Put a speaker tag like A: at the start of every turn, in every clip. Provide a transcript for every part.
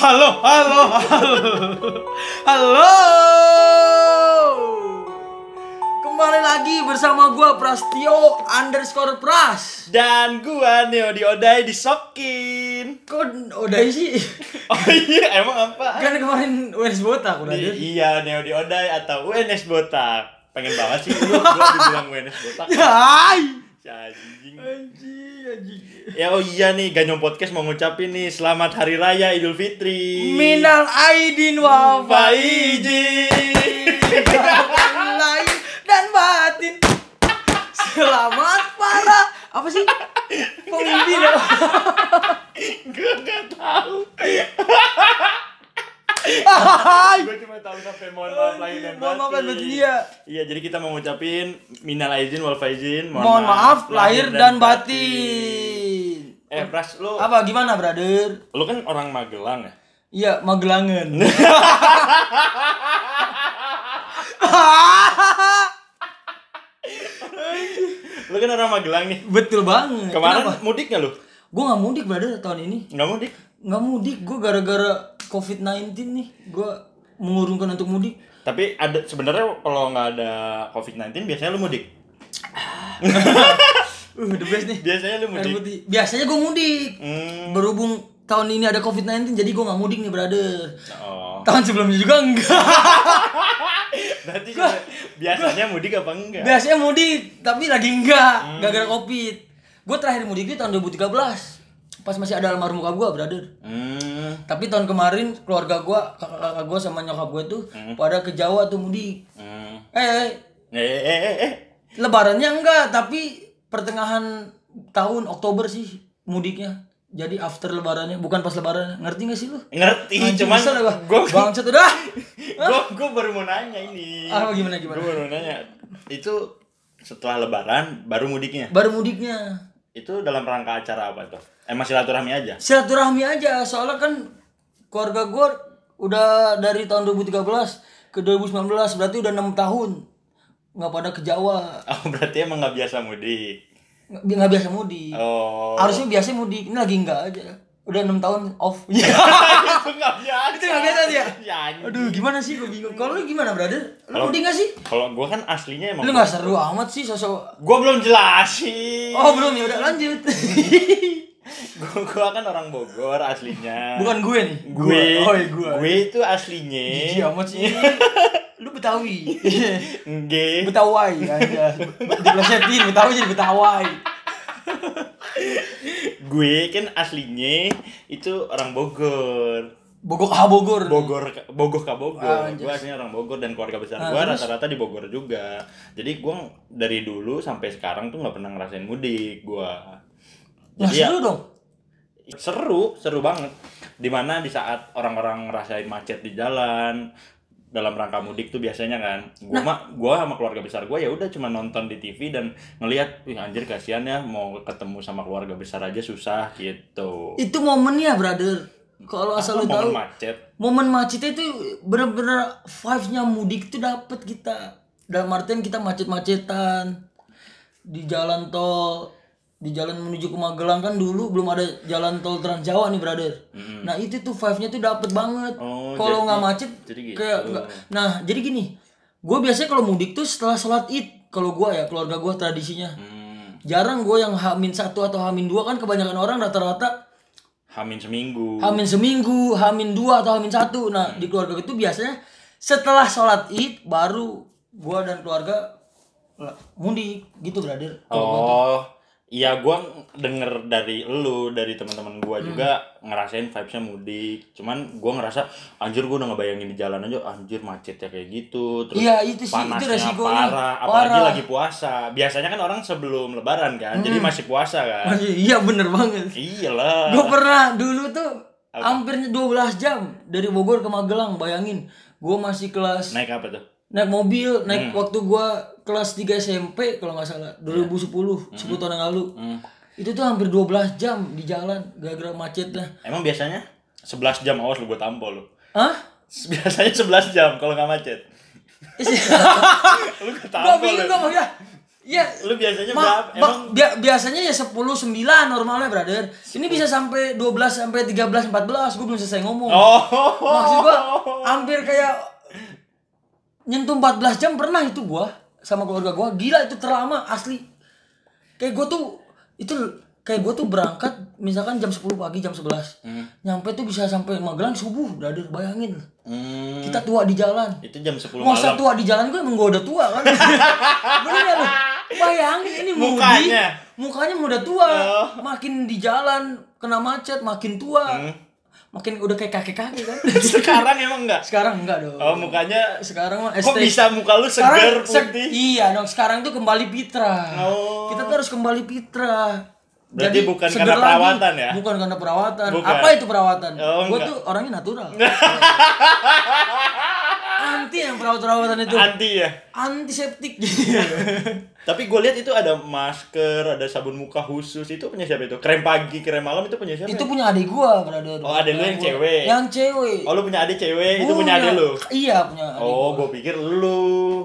A: Halo. Kembali lagi bersama gua Prastio_Pras.
B: Dan gua Neo Diodai disokin.
A: Kok Odai sih?
B: Oh iya, emang apa?
A: Kan kemarin UNS botak udah ada.
B: Iya, Neo Diodai atau UNS botak. Pengen banget sih gua dibilang UNS botak.
A: Hai.
B: Anjing.
A: Anjing.
B: Ya oh iya nih, Ganyong Podcast mau ngucapin nih selamat hari raya Idul Fitri.
A: Minal aidin wa faizin. Lahir dan batin. Selamat para apa sih? Pemimpin ya?
B: Gua enggak tahu.
A: Hai.
B: Gue cuma tahu sampai mohon maaf lahir dan batin.
A: Mohon maaf lahir batin dia.
B: Iya, jadi kita mau ngucapin minal aidin wal faizin.
A: Mohon maaf lahir dan batin.
B: Pras, lu
A: Apa gimana, brother?
B: lu kan orang Magelang ya?
A: Iya, Magelangan.
B: Lu kan orang Magelang nih.
A: Betul banget.
B: Kemarin
A: Kenapa?
B: mudik gak lu?
A: Gue gak mudik, brother, tahun ini.
B: Nggak mudik?
A: Nggak mudik, gue gara-gara COVID-19 nih. Gue mengurungkan untuk mudik.
B: Tapi ada sebenarnya kalau nggak ada COVID-19 biasanya lu mudik.
A: The best nih.
B: Biasanya lu mudik.
A: Biasanya gue mudik. Berhubung tahun ini ada COVID-19, jadi gue nggak mudik nih, brother.
B: Oh.
A: Tahun sebelumnya juga enggak.
B: Berarti biasanya mudik apa enggak?
A: Biasanya mudik, tapi lagi enggak. Gara-gara COVID. Gue terakhir mudik itu tahun 2013. Pas masih ada almarhum muka gue, brother. Tapi tahun kemarin keluarga gue, kakak-kakak gue sama nyokap gue tuh pada ke Jawa tuh mudik. Lebarannya enggak, tapi pertengahan tahun Oktober sih mudiknya. Jadi after lebarannya, bukan pas lebaran. Ngerti gak sih lu?
B: Ngerti,
A: Anjing,
B: cuman
A: gue bangsat udah.
B: Gue baru mau nanya ini.
A: Gimana?
B: Gue baru mau nanya. Itu setelah lebaran baru mudiknya?
A: Baru mudiknya.
B: Itu dalam rangka acara apa tuh? Emang silaturahmi aja?
A: Silaturahmi aja, soalnya kan keluarga gue udah dari tahun 2013 ke 2019, berarti udah 6 tahun nggak pada ke Jawa.
B: Oh, berarti emang nggak biasa mudik?
A: Nggak biasa mudik.
B: Oh.
A: Harusnya biasa mudik, ini lagi nggak aja. Udah 6 tahun off.
B: Itu nggak biasa.
A: Itu nggak biasa dia.
B: Ya,
A: Aduh, gimana sih, gue bingung. Kalau lu gimana, brother? Lu mudik nggak sih?
B: Kalau gue kan aslinya emang.
A: Lu nggak seru amat sih sosok.
B: Gue belum jelasin.
A: Oh belum, ya udah lanjut.
B: Gue kan orang Bogor aslinya.
A: Bukan gue nih.
B: Gue.
A: Gue.
B: Gue itu aslinya.
A: Jijik amat sih. Lu Betawi.
B: Nge.
A: Betawai aja. Diplesetin Betawi jadi Betawai.
B: Gue kan aslinya itu orang Bogor.
A: Bogor.
B: Bogor ka Bogor.
A: Anjay.
B: Gue aslinya orang Bogor dan keluarga besar gue rata-rata di Bogor juga. Jadi gue dari dulu sampai sekarang tuh nggak pernah ngerasain mudik gue.
A: Nah, seru dong.
B: Seru banget. Dimana di saat orang-orang ngerasain macet di jalan dalam rangka mudik tuh biasanya kan, gua sama keluarga besar gua ya udah cuma nonton di TV dan ngelihat, anjir kasihan ya mau ketemu sama keluarga besar aja susah gitu.
A: Itu momennya, brother. Kalau asal lu tahu. Momen macetnya itu bener-bener vibes-nya mudik tuh dapet kita. Dalam artian kita macet-macetan di jalan tol. Di jalan menuju ke Magelang kan dulu belum ada jalan tol Trans Jawa nih, brother. Nah itu tuh vibe-nya tuh dapet banget. Kalau nggak macet
B: gitu.
A: kayak nggak. Nah jadi gini, gue biasanya kalau mudik tuh setelah sholat Id. Kalau gue ya, keluarga gue tradisinya. Jarang gue yang H-1 atau H-2 kan, kebanyakan orang rata-rata
B: H-seminggu,
A: H-2 atau H-1. Nah di keluarga itu biasanya setelah sholat Id baru gue dan keluarga mudik gitu, brother.
B: Iya, gue denger dari lu, dari teman-teman gue juga ngerasain vibes-nya mudik. Cuman gue ngerasa, anjir gue udah ngebayangin di jalan aja, anjir macetnya kayak gitu. Terus
A: iya, itu sih,
B: panasnya
A: itu
B: parah, apalagi lagi puasa. Biasanya kan orang sebelum lebaran kan, jadi masih puasa kan.
A: Iya bener banget.
B: Iyalah.
A: Gue pernah dulu tuh hampir 12 jam dari Bogor ke Magelang, bayangin. Gue masih kelas.
B: Naik apa tuh?
A: Naik mobil, waktu gua kelas 3 SMP kalau nggak salah, 2010, 10 tahun yang lalu. Itu tuh hampir 12 jam di jalan gara-gara macetnya.
B: Emang biasanya 11 jam, awas lu gue tampol lu.
A: Hah?
B: Biasanya 11 jam kalau nggak macet. Lu ketampol.
A: Gue bingung ya. Ya,
B: lu biasanya berapa? Emang
A: biasanya ya 10-9 normalnya, brother. Ini bisa sampai 12 sampai 13 14. Gue belum selesai ngomong. Maksud gua hampir kayak nyentuh 14 jam pernah itu gua sama keluarga gua. Gila itu terlama asli. Kayak gua tuh berangkat misalkan jam 10 pagi, jam 11. Nyampe tuh bisa sampai Magelang subuh, brother. Bayangin. Kita tua di jalan.
B: Itu jam 10 malam.
A: Masa tua di jalan, gue emang gue udah tua kan. Bener gak lu? Bayangin ini mukanya udah tua. Makin di jalan kena macet makin tua. Makin udah kayak kakek-kakek kan.
B: Sekarang emang enggak?
A: Sekarang enggak dong.
B: Oh, mukanya
A: sekarang mah
B: kok bisa muka lu segar putih?
A: Iya dong, sekarang tuh kembali fitrah. Kita tuh harus kembali fitrah.
B: Berarti
A: Jadi,
B: bukan karena perawatan ya?
A: Bukan karena perawatan.
B: Bukan.
A: Apa itu perawatan? Gue tuh orangnya natural. Anti yang perawatan itu.
B: Anti ya?
A: Antiseptik.
B: Tapi gue lihat itu ada masker, ada sabun muka khusus. Itu punya siapa itu? Krem pagi, krem malam itu punya siapa?
A: Itu punya adik gua, brother.
B: Oh, adik lu yang cewek.
A: Yang cewek.
B: Oh, lu punya adik cewek, itu punya adik lu.
A: Iya, punya adik.
B: Oh, gue pikir lu.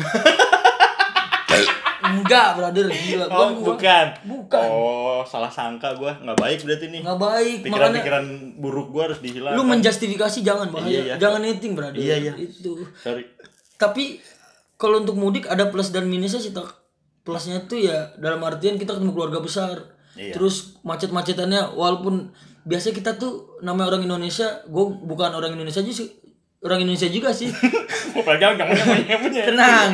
A: Enggak, brother, gila.
B: Bukan.
A: Bukan.
B: Oh, salah sangka gua. Enggak baik berarti nih.
A: Enggak baik.
B: Pikiran-pikiran buruk gua harus dihilangkan.
A: Lu menjustifikasi jangan bahaya.
B: Iya.
A: Jangan netting, brother.
B: Iya.
A: Itu.
B: Sorry.
A: Tapi kalau untuk mudik ada plus dan minusnya sih, tak. Plusnya tuh ya dalam artian kita ketemu keluarga besar.
B: Iya.
A: Terus macet-macetannya walaupun biasa kita tuh namanya orang Indonesia, gue bukan orang Indonesia aja sih. Orang Indonesia juga sih.
B: Jangan punya.
A: Tenang.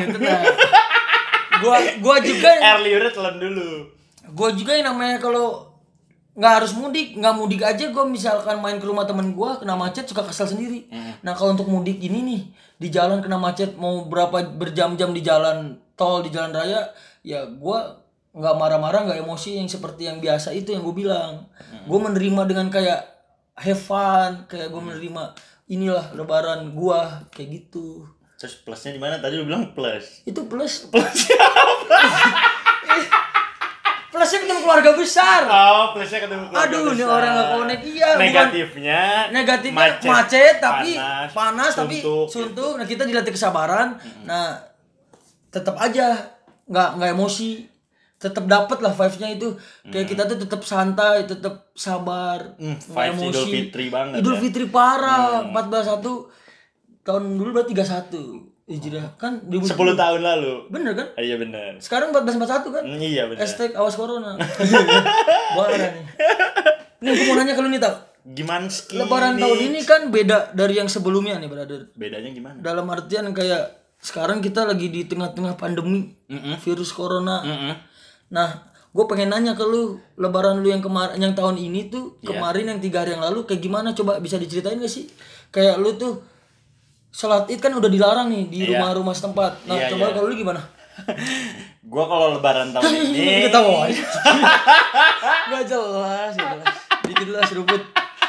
A: Gua juga
B: early udah telan dulu.
A: Gua juga yang namanya kalau nggak mudik aja gue misalkan main ke rumah temen gue kena macet suka kesel sendiri. Nah kalau untuk mudik ini nih di jalan kena macet mau berjam-jam di jalan tol di jalan raya ya gue nggak marah-marah nggak emosi yang seperti yang biasa itu yang gue bilang. Gue menerima dengan kayak have fun kayak gue menerima inilah lebaran gue kayak gitu.
B: Terus plusnya di mana? Tadi lu bilang plus.
A: Itu plus. Plusnya apa? Plusnya ketemu keluarga besar.
B: Oh, plusnya ketemu keluarga besar.
A: Aduh, ini orang nggak konek. Iya.
B: Negatifnya
A: macet tapi panas tapi
B: suntuk.
A: suntuk. Nah kita dilatih kesabaran. Nah tetap aja nggak emosi. Tetap dapat lah vibe-nya itu. Kayak kita tuh tetap santai, tetap sabar.
B: Vibes
A: emosi.
B: Idul Fitri banget.
A: Idul Fitri parah. 14.1 tahun dulu berarti 31 Hijriah kan
B: 10 tahun lalu.
A: Bener kan?
B: Iya bener.
A: Sekarang 1441 kan?
B: Iya bener.
A: Hashtag awas corona. Parah nih. Nih gue mau nanya ke lu nih tau.
B: Gimana sih?
A: Lebaran tahun ini kan beda dari yang sebelumnya nih brother.
B: Bedanya gimana?
A: Dalam artian kayak sekarang kita lagi di tengah-tengah pandemi virus corona. Nah gue pengen nanya ke lu Lebaran lu yang kemarin yang tahun ini tuh kemarin yang 3 hari yang lalu kayak gimana coba bisa diceritain gak sih? Kayak lu tuh sholat id kan udah dilarang nih di rumah-rumah setempat. Nah coba kalau lu gimana?
B: Gua kalau lebaran tahun ini
A: ketawa aja. Gak jelas. Dikit lah seruput.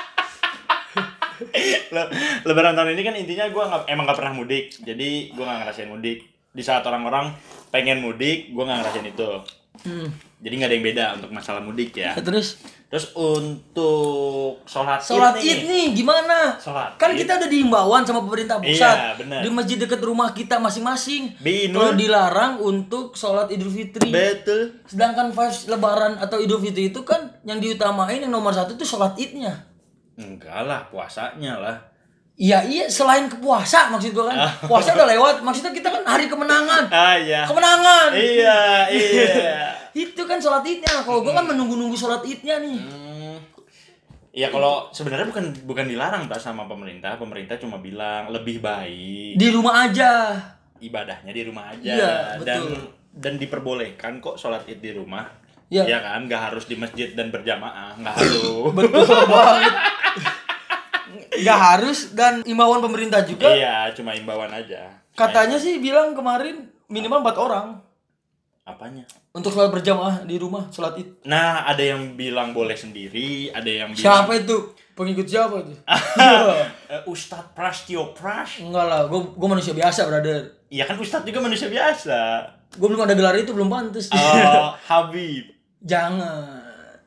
B: Lebaran tahun ini kan intinya gua emang gak pernah mudik. Jadi gua gak ngerasain mudik. Di saat orang-orang pengen mudik, gua gak ngerasain itu. Jadi gak ada yang beda untuk masalah mudik ya. Terus untuk sholat
A: id nih gimana? Kan kita udah diimbauan sama pemerintah pusat.
B: Iya,
A: di masjid dekat rumah kita masing-masing.
B: Kalau
A: dilarang untuk sholat Idul Fitri.
B: Betul.
A: Sedangkan vibes Lebaran atau Idul Fitri itu kan yang diutamain yang nomor 1 itu sholat idnya.
B: Enggak lah, puasanya lah.
A: Iya selain kepuasa maksud gua kan. Puasa udah lewat, maksudnya kita kan hari kemenangan.
B: Iya.
A: Kemenangan.
B: Iya.
A: Itu kan sholat idnya. Kalau gua kan menunggu sholat idnya nih.
B: Ya kalau sebenarnya bukan dilarang tak sama pemerintah. Pemerintah cuma bilang lebih baik
A: di rumah aja.
B: Ibadahnya di rumah aja.
A: Iya, betul.
B: Dan diperbolehkan kok sholat id di rumah.
A: Iya.
B: Ya kan, nggak harus di masjid dan berjamaah, nggak harus.
A: Betul banget. Nggak harus dan imbauan pemerintah juga.
B: Iya, cuma imbauan aja.
A: Katanya sih bilang kemarin minimal 4 orang.
B: Apanya?
A: Untuk sholat berjamaah di rumah, sholat id.
B: Nah, ada yang bilang boleh sendiri, ada yang bilang...
A: Siapa itu? Pengikut siapa itu?
B: Ustadz Prastio Pras.
A: Enggak lah, gue manusia biasa, brother.
B: Iya kan Ustadz juga manusia biasa.
A: Gue belum ada gelar itu, belum pantas.
B: Oh, Habib.
A: Jangan,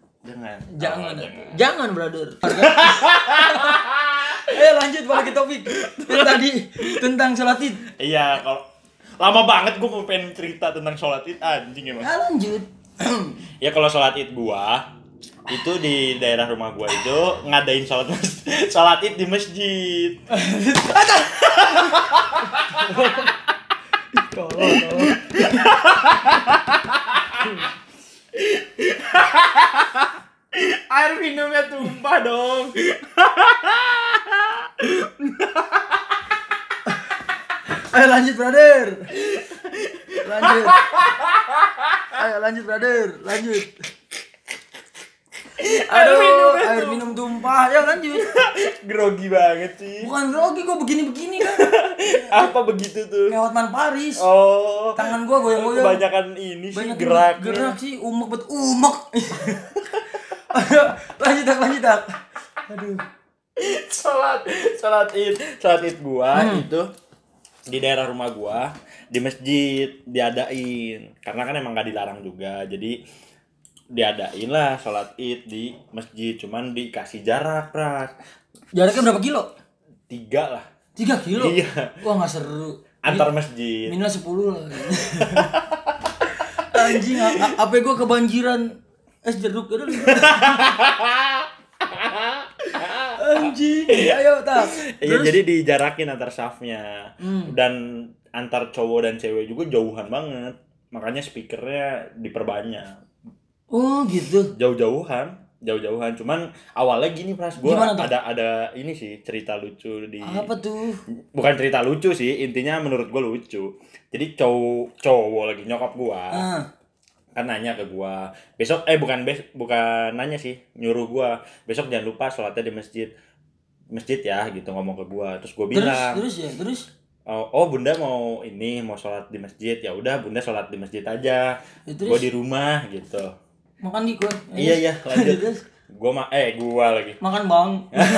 A: brother. Ayo lanjut balik ke topik yang tadi tentang sholat id.
B: Iya, kalau Lama banget gue mau pengen cerita tentang sholat id anjing emang.
A: Ya lanjut.
B: Ya kalau sholat id gua itu di daerah rumah gua itu ngadain sholat id di masjid.
A: Tolong.
B: Air minumnya tumpah dong.
A: Ayo lanjut brother. Lanjut. Ayo lanjut brother, lanjut. Aduh, air minum tumpah. Ayo lanjut.
B: Grogi banget sih.
A: Bukan grogi, gue begini-begini kan.
B: Apa begitu tuh?
A: Kayak Hotman Paris.
B: Oh.
A: Tangan gue goyang-goyang.
B: Kebanyakan ini sih
A: Banyak
B: geraknya.
A: gerak sih, umek. Ayo, lanjut tak. Aduh.
B: Sholat id gua itu di daerah rumah gua di masjid diadain karena kan emang gak dilarang juga, jadi diadain lah sholat id di masjid, cuman dikasih jarak Pras.
A: Jaraknya berapa kilo?
B: 3 lah.
A: 3 kilo?
B: Iya.
A: Wah gak seru.
B: Antar masjid.
A: Minimal 10 lah. Anjing, apa gue kebanjiran es jeruk itu. Anjing, ayo tak.
B: Iya, jadi dijarakin antar safnya. Dan antar cowok dan cewek juga jauhan banget. Makanya speakernya diperbanyak.
A: Oh gitu.
B: Jauh-jauhan. Cuman awalnya gini Pras, gue ada ini sih cerita lucu di.
A: Apa tuh?
B: Bukan cerita lucu sih, intinya menurut gue lucu. Jadi cowok lagi nyokap gue. Kan nanya ke gua besok bukan nanya sih, nyuruh gua besok jangan lupa sholatnya di masjid ya gitu, ngomong ke gua. Terus gua bilang
A: terus
B: oh bunda mau sholat di masjid, ya udah bunda sholat di masjid aja ya, gua di rumah gitu.
A: Makan di gua.
B: Iya lanjut. Gua lagi
A: makan bang.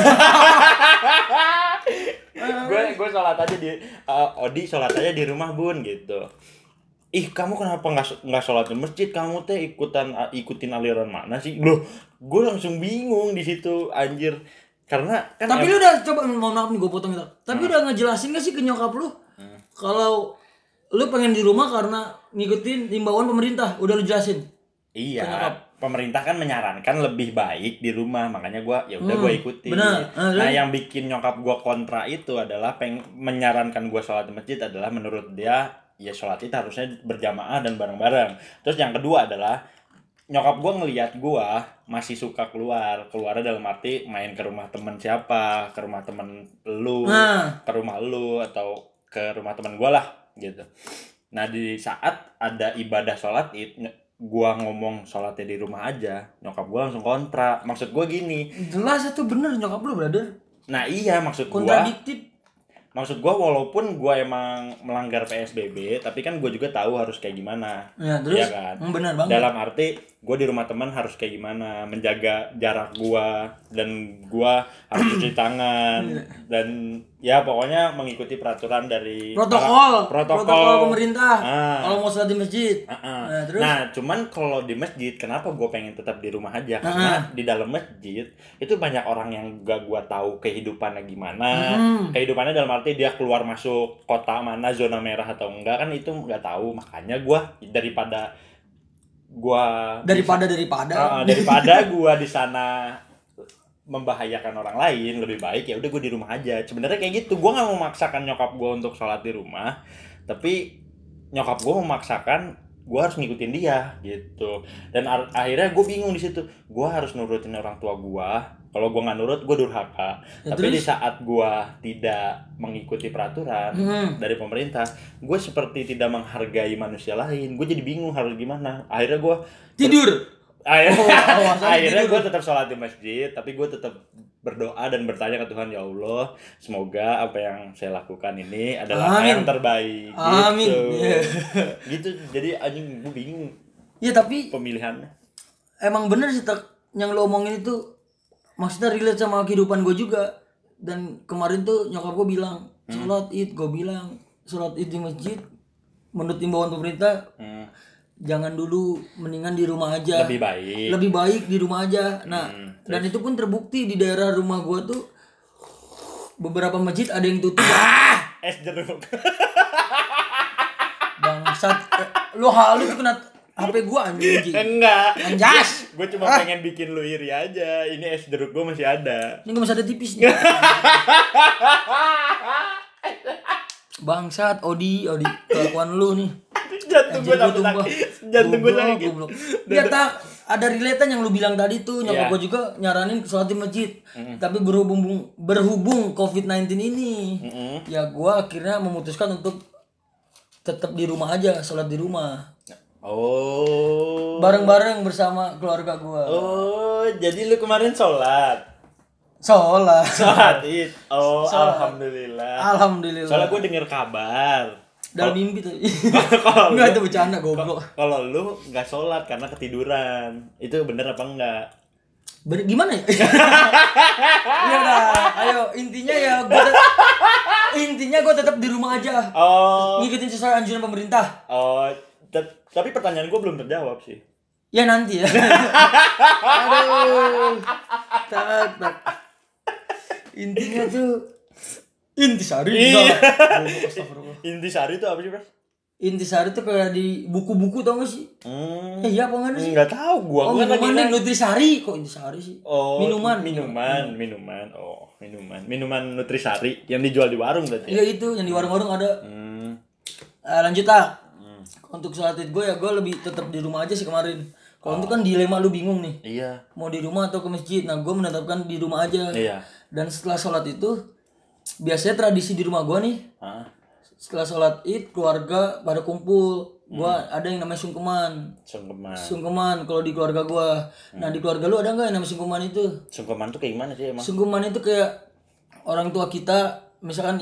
B: Gue sholat aja di Odi sholat aja di rumah bun gitu. Ih, kamu kenapa nggak sholat di masjid? Kamu teh ikutin aliran mana sih? Loh, gue langsung bingung di situ anjir. Karena kan
A: tapi lu udah coba, mohon maaf nih gue potong itu. Tapi udah ngejelasin gak sih ke nyokap lu? Kalau lu pengen di rumah karena ngikutin himbauan pemerintah, udah lu jelasin?
B: Iya, pemerintah kan menyarankan lebih baik di rumah, makanya gue gue ikutin.
A: Benar.
B: Nah, yang bikin nyokap gue kontra itu adalah menyarankan gue sholat di masjid adalah menurut dia ya sholat itu harusnya berjamaah dan bareng-bareng. Terus yang kedua adalah nyokap gue ngelihat gue masih suka keluarnya dalam arti main ke rumah temen siapa, ke rumah temen lu, ke rumah lu atau ke rumah temen gue lah gitu. Nah di saat ada ibadah sholat id, gue ngomong sholatnya di rumah aja, nyokap gue langsung kontra. Maksud gue gini,
A: jelas itu bener nyokap lu brother.
B: Nah iya maksud gue
A: kontradiktif.
B: Maksud gue walaupun gue emang melanggar PSBB, tapi kan gue juga tahu harus kayak gimana.
A: Ya, terus?
B: Ya kan?
A: Benar banget.
B: Dalam arti gue di rumah teman harus kayak gimana, menjaga jarak gue, dan gue harus cuci tangan, dan ya pokoknya mengikuti peraturan dari
A: protokol pemerintah. Kalau mau sholat di masjid.
B: Nah, terus? Nah, cuman kalau di masjid, kenapa gue pengen tetap di rumah aja? Karena di dalam masjid itu banyak orang yang gak gue tahu kehidupannya gimana. Kehidupannya dalam arti dia keluar masuk kota mana, zona merah atau enggak, kan itu nggak tahu. Makanya gue daripada gue di sana membahayakan orang lain, lebih baik ya udah gue di rumah aja. Sebenarnya kayak gitu, gue nggak memaksakan nyokap gue untuk sholat di rumah, tapi nyokap gue memaksakan gue harus ngikutin dia gitu. Dan akhirnya gue bingung di situ, gue harus nurutin orang tua gue. Kalau gue nggak nurut, gue durhaka. Ya, tapi terus? Di saat gue tidak mengikuti peraturan dari pemerintah, gue seperti tidak menghargai manusia lain. Gue jadi bingung harus gimana. Akhirnya gue
A: tidur.
B: Akhirnya gue tetap sholat di masjid, tapi gue tetap berdoa dan bertanya ke Tuhan, ya Allah, semoga apa yang saya lakukan ini adalah yang terbaik.
A: Amin.
B: Gitu. Jadi anjing, gue bingung.
A: Ya tapi
B: pemilihannya.
A: Emang bener sih yang lo omongin itu. Maksudnya relate sama kehidupan gue juga. Dan kemarin tuh nyokap gue bilang sholat id, gue bilang sholat id di masjid menurut imbauan pemerintah jangan dulu, mendingan di rumah aja. Lebih baik di rumah aja. Nah dan itu pun terbukti di daerah rumah gue tuh beberapa masjid ada yang tutup.
B: Es jeruk.
A: Bangsat. Lu halu tuh kena HP gua anjing.
B: Enggak.
A: Anjas.
B: Gue cuma pengen bikin lu iri aja. Ini es jeruk gue masih ada.
A: Ini gua masih ada tipis nih. Bangsat, Odi, kelakuan lu nih.
B: Jantung gue sakit.
A: Ya tak, ada relate yang lu bilang tadi tuh, nyokap gue juga nyaranin sholat di masjid. Tapi berhubung COVID-19 ini, ya gue akhirnya memutuskan untuk tetap di rumah aja, sholat di rumah.
B: Oh.
A: Bareng-bareng bersama keluarga gue.
B: Oh, jadi lu kemarin sholat Id. Oh,
A: Sholat.
B: Alhamdulillah. Soalnya gue denger kabar
A: dalam mimpi tuh.
B: Kalau
A: Enggak, itu bercanda goblok.
B: Kalau lu nggak sholat karena ketiduran, itu bener apa enggak?
A: Gimana ya? Ya udah, ayo intinya gue tetap di rumah aja.
B: Oh.
A: Ngikutin sesuai anjuran pemerintah.
B: Oh, tapi pertanyaan gue belum terjawab sih.
A: Ya nanti ya. Aduh. Tak. Intinya tuh intisari.
B: Intisari itu apa sih, Bro?
A: Intisari tuh kayak di buku-buku tau gak sih? Iya apa enggak sih?
B: Enggak tahu gua.
A: Oh, minuman nih Nutrisari. Kok Intisari sih?
B: Oh,
A: minuman.
B: Oh, minuman Nutrisari yang dijual di warung berarti.
A: Iya itu yang di warung-warung ada. Lanjut lah. Untuk sholat id gue ya gue lebih tetap di rumah aja sih kemarin. Kalau itu kan dilema lu bingung nih.
B: Iya.
A: Mau di rumah atau ke masjid. Nah gue menetapkan di rumah aja.
B: Iya.
A: Dan setelah sholat itu biasanya tradisi di rumah gue nih. Setelah sholat id keluarga pada kumpul. Gue ada yang namanya sungkeman kalau di keluarga gue. Nah di keluarga lu ada nggak yang namanya sungkeman itu?
B: Sungkeman tuh kayak gimana sih emang?
A: Sungkeman itu kayak orang tua kita. Misalkan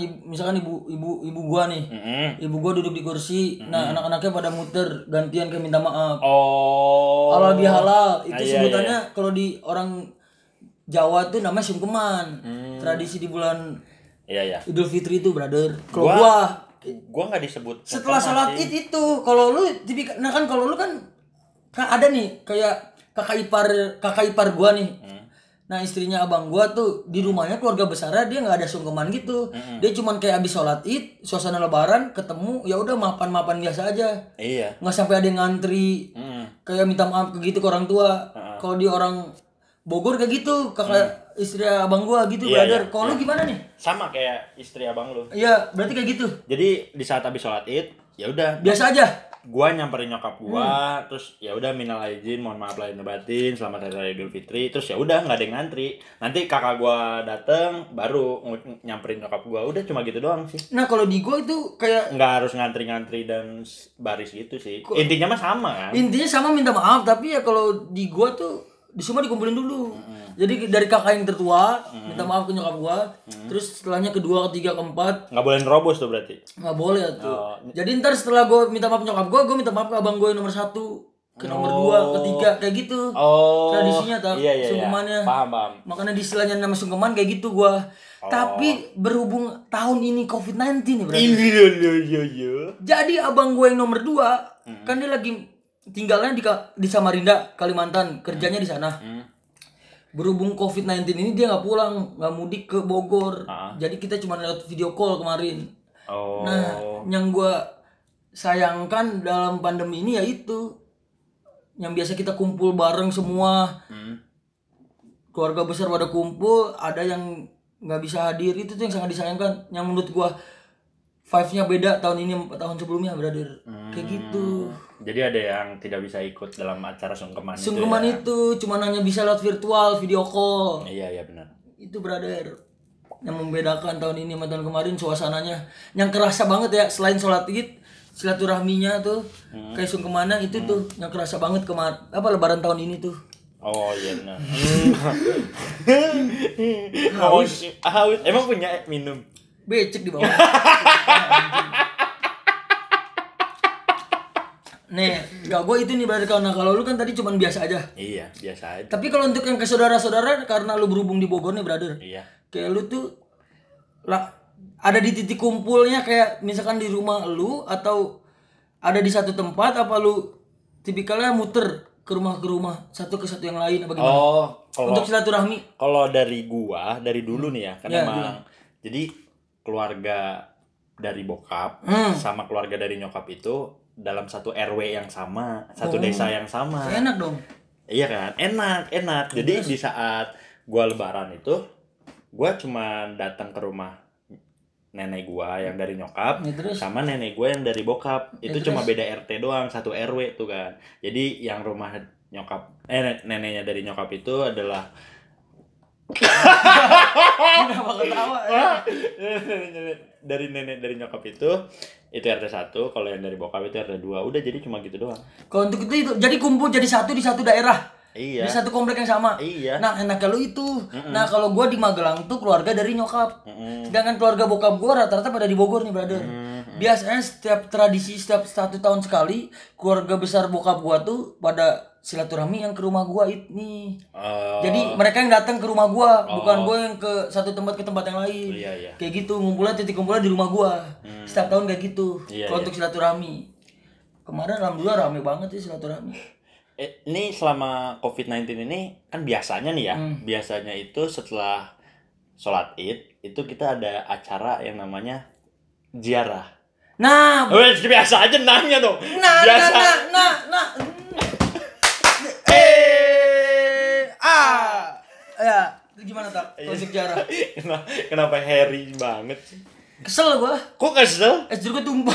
A: ibu gua nih. Ibu gua duduk di kursi. Nah, anak-anaknya pada muter gantian kayak minta maaf.
B: Oh.
A: Halal bihalal itu sebutannya kalau di orang Jawa tuh namanya sungkeman. Tradisi di bulan Idul Fitri itu, brother. Kalau
B: gua enggak disebut
A: setelah sholat Id itu. Kalau lu nah kan kalau lu kan ada nih kayak kakak ipar gua nih. Nah istrinya abang gua tuh di rumahnya keluarga besarnya dia nggak ada sungkeman gitu. Dia cuman kayak abis sholat id, suasana lebaran, ketemu ya udah mapan biasa aja.
B: Iya.
A: Nggak sampai ada yang ngantri, kayak minta maaf gitu ke orang tua. Kalau di orang Bogor kayak gitu, kakak istri abang gua gitu, brother. Kalau lu gimana nih?
B: Sama kayak istri abang lu.
A: Iya, berarti kayak gitu.
B: Jadi di saat abis sholat id, ya udah.
A: Biasa aja.
B: Gua nyamperin nyokap gua, terus ya udah minal aidin, mohon maaf lahir batin, selamat hari raya Idul Fitri. Terus ya udah nggak ada yang ngantri. Nanti kakak gua dateng baru nyamperin nyokap gua. Udah cuma gitu doang sih.
A: Nah kalau di gua itu kayak
B: nggak harus ngantri dan baris gitu sih. Intinya mah sama kan.
A: Intinya sama minta maaf, tapi ya kalau di gua tuh di semua dikumpulin dulu. Jadi dari kakak yang tertua minta maaf ke nyokap gua, terus setelahnya kedua, ketiga, keempat
B: nggak boleh nerobos tuh berarti.
A: Nggak boleh tuh. Jadi ntar setelah gua minta maaf ke nyokap gua minta maaf ke abang gua yang nomor 1, ke nomor 2, ke 3 kayak gitu. Tradisinya tak sungkemannya.
B: Paham.
A: Makanya di istilahnya nama sungkeman kayak gitu gua. Tapi berhubung tahun ini COVID-19 nih berarti.
B: Iya.
A: Jadi abang gua yang nomor 2 kan dia lagi tinggalnya di Samarinda, Kalimantan, kerjanya di sana. Berhubung COVID-19 ini dia nggak pulang, nggak mudik ke Bogor. Jadi kita cuma lewat video call kemarin. Nah, yang gue sayangkan dalam pandemi ini ya itu, yang biasa kita kumpul bareng semua, keluarga besar pada kumpul, ada yang nggak bisa hadir, itu tuh yang sangat disayangkan. Yang menurut gue vibe-nya beda tahun ini sama tahun sebelumnya, brother. Kayak gitu.
B: Jadi ada yang tidak bisa ikut dalam acara sungkeman itu.
A: Sungkeman itu cuma hanya bisa lewat virtual, video call.
B: Iya benar.
A: Itu brother. Yang membedakan tahun ini sama tahun kemarin suasananya. Yang kerasa banget ya selain sholat id, silaturahminya tuh kayak sungkemannya itu tuh yang kerasa banget lebaran tahun ini tuh.
B: Oh iya benar.
A: Haus.
B: Emang punya minum?
A: Becek di bawah. Nih, ya gue itu nih berarti kalau lu kan tadi cuman biasa aja.
B: Iya, biasa aja.
A: Tapi kalau untuk yang ke saudara-saudara karena lu berhubung di Bogor nih, brother.
B: Iya.
A: Kayak lu tuh ada di titik kumpulnya kayak misalkan di rumah lu atau ada di satu tempat apa lu tipikalnya muter ke rumah satu ke satu yang lain apa gimana? Untuk silaturahmi.
B: Kalau dari gua dari dulu nih ya, kan emang jadi keluarga dari bokap sama keluarga dari nyokap itu dalam satu RW yang sama, satu desa yang sama.
A: Enak dong.
B: Iya kan, enak. Jadi di saat gua lebaran itu, gua cuma datang ke rumah nenek gua yang dari nyokap, sama nenek gua yang dari bokap. Itu cuma beda RT doang, satu RW tuh kan. Jadi yang rumah nyokap, neneknya dari nyokap itu adalah
A: Kenapa ketawa ya?
B: dari nenek dari nyokap itu RT 1, kalau yang dari bokap itu RT 2. Udah, jadi cuma gitu doang.
A: Kalau untuk itu jadi kumpul jadi satu di satu daerah.
B: Iya.
A: Di satu komplek yang sama.
B: Iya.
A: Nah, enak kalau itu. Nah, kalau gua di Magelang tuh keluarga dari nyokap. Sedangkan keluarga bokap gua rata-rata pada di Bogor nih, brother. Biasanya setiap tradisi setiap 1 tahun sekali keluarga besar bokap gua tuh pada silaturahmi yang ke rumah gua ini. Jadi mereka yang datang ke rumah gua, bukan gua yang ke satu tempat ke tempat yang lain.
B: Iya.
A: Kayak gitu, titik kumpulnya di rumah gua. Setiap tahun kayak gitu.
B: Iya,
A: Kalau untuk silaturahmi. Kemarin alhamdulillah rame banget sih silaturahmi.
B: Ini selama COVID-19 ini kan biasanya nih ya, biasanya itu setelah sholat Id itu kita ada acara yang namanya ziarah.
A: Nah,
B: biasa aja nanya dong.
A: nah. Ya, gimana tak? Klasik jarah.
B: Kenapa Harry banget sih?
A: Kesel gua.
B: Kok kesel?
A: Es jeruk gua tumpah.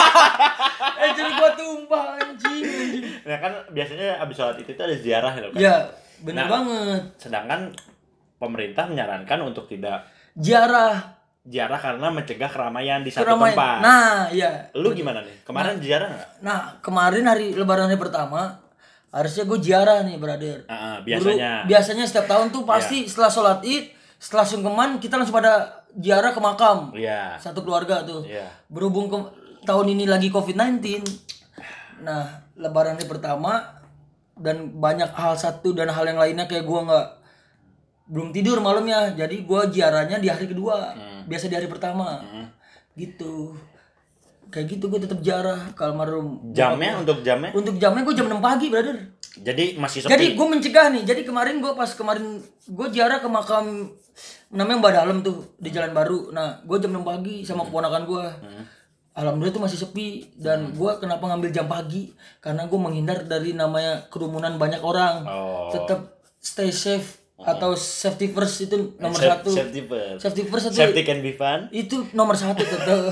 A: Anjing.
B: Nah kan biasanya abis sholat itu ada ziarah ya kan?
A: Ya, bener banget.
B: Sedangkan pemerintah menyarankan untuk tidak
A: Ziarah
B: karena mencegah keramaian di satu tempat.
A: Nah, iya.
B: Lu gimana nih? Kemarin ziarah nggak?
A: Nah, kemarin hari Lebaran hari pertama harusnya gue ziarah nih, brother.
B: Biasanya
A: setiap tahun tuh pasti setelah sholat Id, setelah sungkeman kita langsung pada ziarah ke makam.
B: Iya.
A: Satu keluarga tuh.
B: Iya.
A: Berhubung tahun ini lagi COVID-19. Nah, Lebaran hari pertama dan banyak hal satu dan hal yang lainnya kayak gue belum tidur malamnya, jadi gue ziarahnya di hari kedua, biasa di hari pertama, gitu. Kayak gitu gue tetap ziarah kalau
B: jamnya untuk jamnya
A: gue jam 6 pagi, brother.
B: Jadi masih sepi.
A: Jadi gue mencegah nih. Jadi kemarin gue ziarah ke makam namanya Mbak Dalem tuh di Jalan Baru. Nah, gue jam 6 pagi sama keponakan gue. Alhamdulillah tuh masih sepi dan gue kenapa ngambil jam pagi? Karena gue menghindar dari namanya kerumunan banyak orang. Tetap stay safe atau safety first itu nomor satu. Safety first itu.
B: Safety can be fun.
A: Itu nomor satu tetap.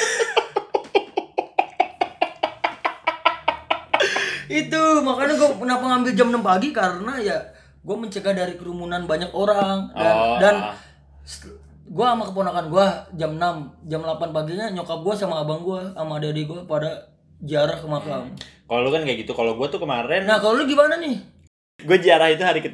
A: Itu makanya gue kenapa ngambil jam 6 pagi karena ya gue mencegah dari kerumunan banyak orang dan gue sama keponakan gue jam 6, jam 8 paginya nyokap gue sama abang gue sama adik gue pada ziarah ke makam.
B: Kalau lu kan kayak gitu, kalau gue tuh kemarin.
A: Nah kalau lu gimana nih?
B: Gue ziarah itu hari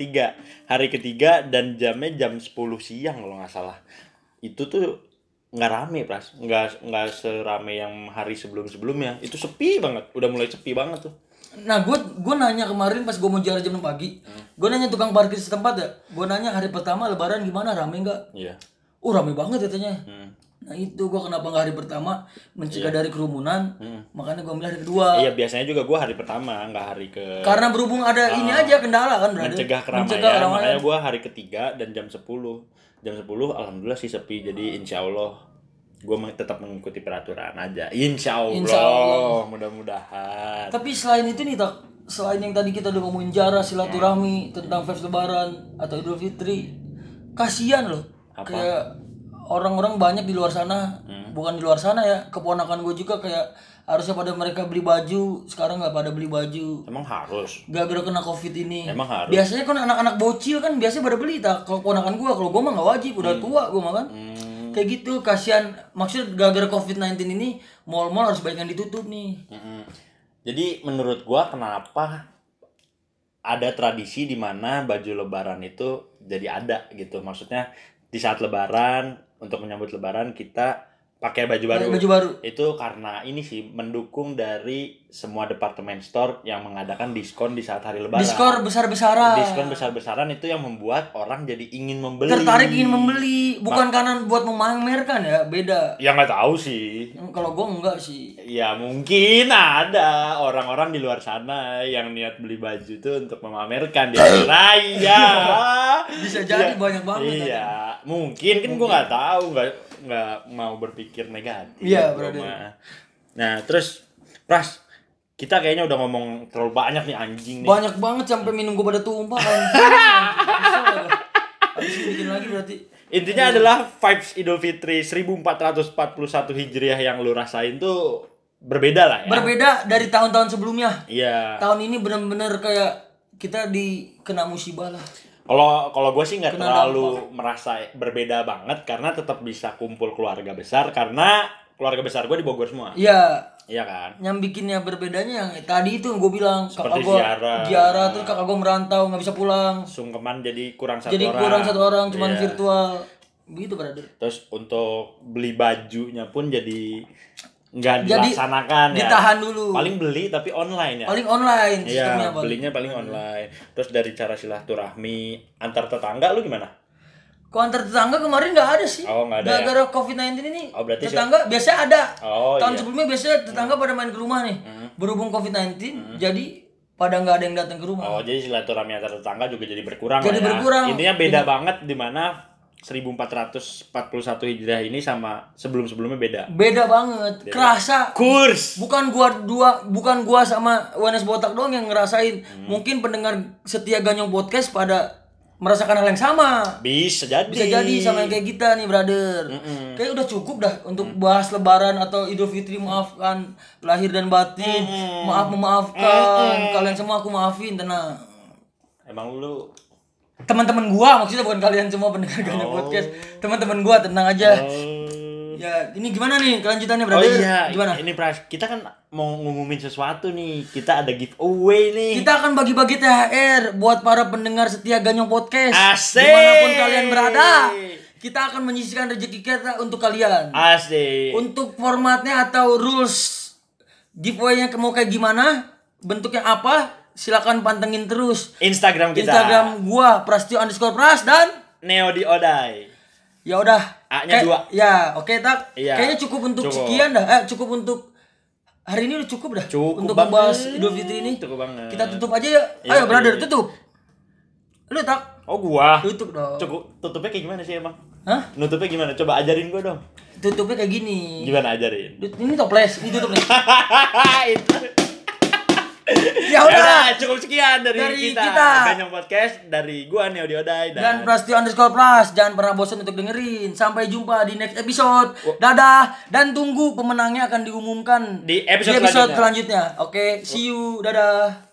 B: ketiga dan jamnya jam 10 siang kalau nggak salah. Itu tuh nggak rame, Pras, nggak serame yang hari sebelumnya. Itu sepi banget, udah mulai sepi banget tuh.
A: Nah gue nanya kemarin pas gue mau ziarah jam 6 pagi, gue nanya tukang parkir setempat ya, gue nanya hari pertama Lebaran gimana, rame nggak?
B: Iya.
A: Rame banget katanya. Nah itu gue kenapa nggak hari pertama mencegah dari kerumunan, makanya gue ambil hari kedua.
B: Iya, biasanya juga gue hari pertama, nggak hari ke.
A: Karena berhubung ada ini aja kendala kan, brother.
B: Mencegah keramaian. Makanya gue hari ketiga dan jam 10. Jam 10 alhamdulillah sih sepi, jadi insya Allah gue tetap mengikuti peraturan aja. Insya Allah. Mudah-mudahan.
A: Tapi selain itu nih tak, selain yang tadi kita udah ngomongin ziarah, silaturahmi tentang Fest Lebaran atau Idul Fitri, kasihan loh. Kayak orang-orang banyak di luar sana, bukan di luar sana ya, keponakan gue juga kayak harusnya pada mereka beli baju, sekarang nggak pada beli baju.
B: Emang harus?
A: Gara-gara kena COVID ini.
B: Emang harus?
A: Biasanya kan anak-anak bocil kan biasanya pada beli tak. Kalau keponakan gue, kalau gue mah nggak wajib, udah tua gue mah kan. Kayak gitu, kasihan. Maksud gara-gara COVID-19 ini mall-mall harus banyak yang ditutup nih.
B: Jadi menurut gua kenapa ada tradisi di mana baju lebaran itu jadi ada gitu. Maksudnya di saat lebaran, untuk menyambut lebaran kita pakai baju baru. Itu karena ini sih mendukung dari semua departemen store yang mengadakan diskon di saat hari lebaran.
A: Diskon
B: besar-besaran itu yang membuat orang jadi ingin membeli.
A: Tertarik ingin membeli, bukan karena buat memamerkan ya, beda.
B: Ya nggak tahu sih.
A: Kalau gua enggak sih.
B: Ya mungkin ada orang-orang di luar sana yang niat beli baju tuh untuk memamerkan di hari raya.
A: Bisa jadi banyak banget.
B: Iya, mungkin kan gua nggak tahu, nggak mau berpikir negatif.
A: Iya,
B: gua
A: brother.
B: mah. Nah, terus Pras, kita kayaknya udah ngomong terlalu banyak nih anjing nih.
A: Banyak banget sampai minum gue pada tumpah kan. Habis ini bikin lagi berarti.
B: Intinya adalah vibes Idul Fitri 1441 Hijriah yang lu rasain tuh berbeda lah ya.
A: Berbeda dari tahun-tahun sebelumnya.
B: Iya.
A: Tahun ini benar-benar kayak kita dikena musibah lah.
B: Kalau gue sih nggak
A: Kena
B: terlalu merasa berbeda banget karena tetap bisa kumpul keluarga besar karena keluarga besar gue di Bogor semua.
A: Iya.
B: Iya kan?
A: Yang bikinnya berbedanya yang tadi itu gue bilang
B: Seperti
A: kakak gue
B: ziarah.
A: terus kakak gue merantau nggak bisa pulang.
B: Sungkeman jadi kurang satu
A: Jadi
B: orang.
A: kurang satu orang cuman
B: Iya.
A: virtual. Begitu brother.
B: Terus untuk beli bajunya pun jadi nggak
A: Jadi
B: dilaksanakan ya.
A: ditahan dulu.
B: Paling beli tapi online ya.
A: Paling online
B: Iya,
A: sistemnya paling.
B: belinya paling online. Terus dari cara silaturahmi antar tetangga lu gimana?
A: Kalau antar tetangga kemarin nggak ada sih.
B: Oh, nggak ada ya?
A: Gara-gara COVID-19 ini
B: Oh, berarti
A: tetangga biasanya ada.
B: Oh,
A: Tahun
B: iya.
A: sebelumnya biasanya tetangga pada main ke rumah nih. Berhubung COVID-19 jadi pada nggak ada yang datang ke rumah.
B: Oh, jadi silaturahmi antar tetangga juga jadi berkurang
A: Jadi
B: lah ya.
A: berkurang.
B: Intinya beda banget di mana 1441 Hijriah ini sama sebelum-sebelumnya beda.
A: Beda banget. Kerasa.
B: Kurs.
A: Bukan gua sama WNS Botak doang yang ngerasain. Mungkin pendengar setia Ganyong Podcast pada merasakan hal yang sama.
B: Bisa jadi.
A: Bisa jadi sama yang kayak kita nih, brother. Kayak udah cukup dah untuk bahas lebaran atau Idul Fitri, maafkan lahir dan batin. Maaf memaafkan. Kalian semua aku maafin, tenang.
B: Emang lu
A: Teman-teman gua maksudnya bukan kalian semua pendengar Ganyong Podcast. Teman-teman gua tenang aja. Ya, ini gimana nih kelanjutannya,
B: Oh
A: brother?
B: iya,
A: Gimana?
B: ini Pras, kita kan mau ngumumin sesuatu nih. Kita ada giveaway nih.
A: Kita akan bagi-bagi THR buat para pendengar setia Ganyong Podcast.
B: Asik.
A: Dimanapun kalian berada, kita akan menyisihkan rezeki kita untuk kalian.
B: Asik.
A: Untuk formatnya atau rules giveaway-nya mau kayak gimana, bentuknya apa, silakan pantengin terus
B: Instagram kita.
A: Instagram gua Prastio_Pras dan
B: Neo di Odai.
A: ya udah.
B: A-nya 2.
A: Ya, oke tak.
B: Iya.
A: Kayaknya cukup untuk
B: Cukup.
A: sekian dah. Cukup untuk hari ini udah cukup dah.
B: Cukup
A: untuk
B: banget.
A: membahas Idul Fitri ini.
B: Cukup banget.
A: Kita tutup aja ya.
B: Iya,
A: Ayo brother,
B: iya.
A: tutup. Lu tak?
B: Oh gua.
A: Tutup dong.
B: Cukup. Tutupnya kayak gimana sih emang?
A: Hah?
B: Nutupnya gimana? Coba ajarin gua dong.
A: Tutupnya kayak gini.
B: Gimana ajarin?
A: Ini toples, ini tutup nih.
B: Itu.
A: Ya udah.
B: Cukup sekian dari kita.
A: kita.
B: Ganyong Podcast dari gua Neo Diodai
A: Dan Prastio_Pras, jangan pernah bosan untuk dengerin. Sampai jumpa di next episode. Dadah dan tunggu pemenangnya akan diumumkan
B: di episode
A: selanjutnya. Oke, see you. Dadah.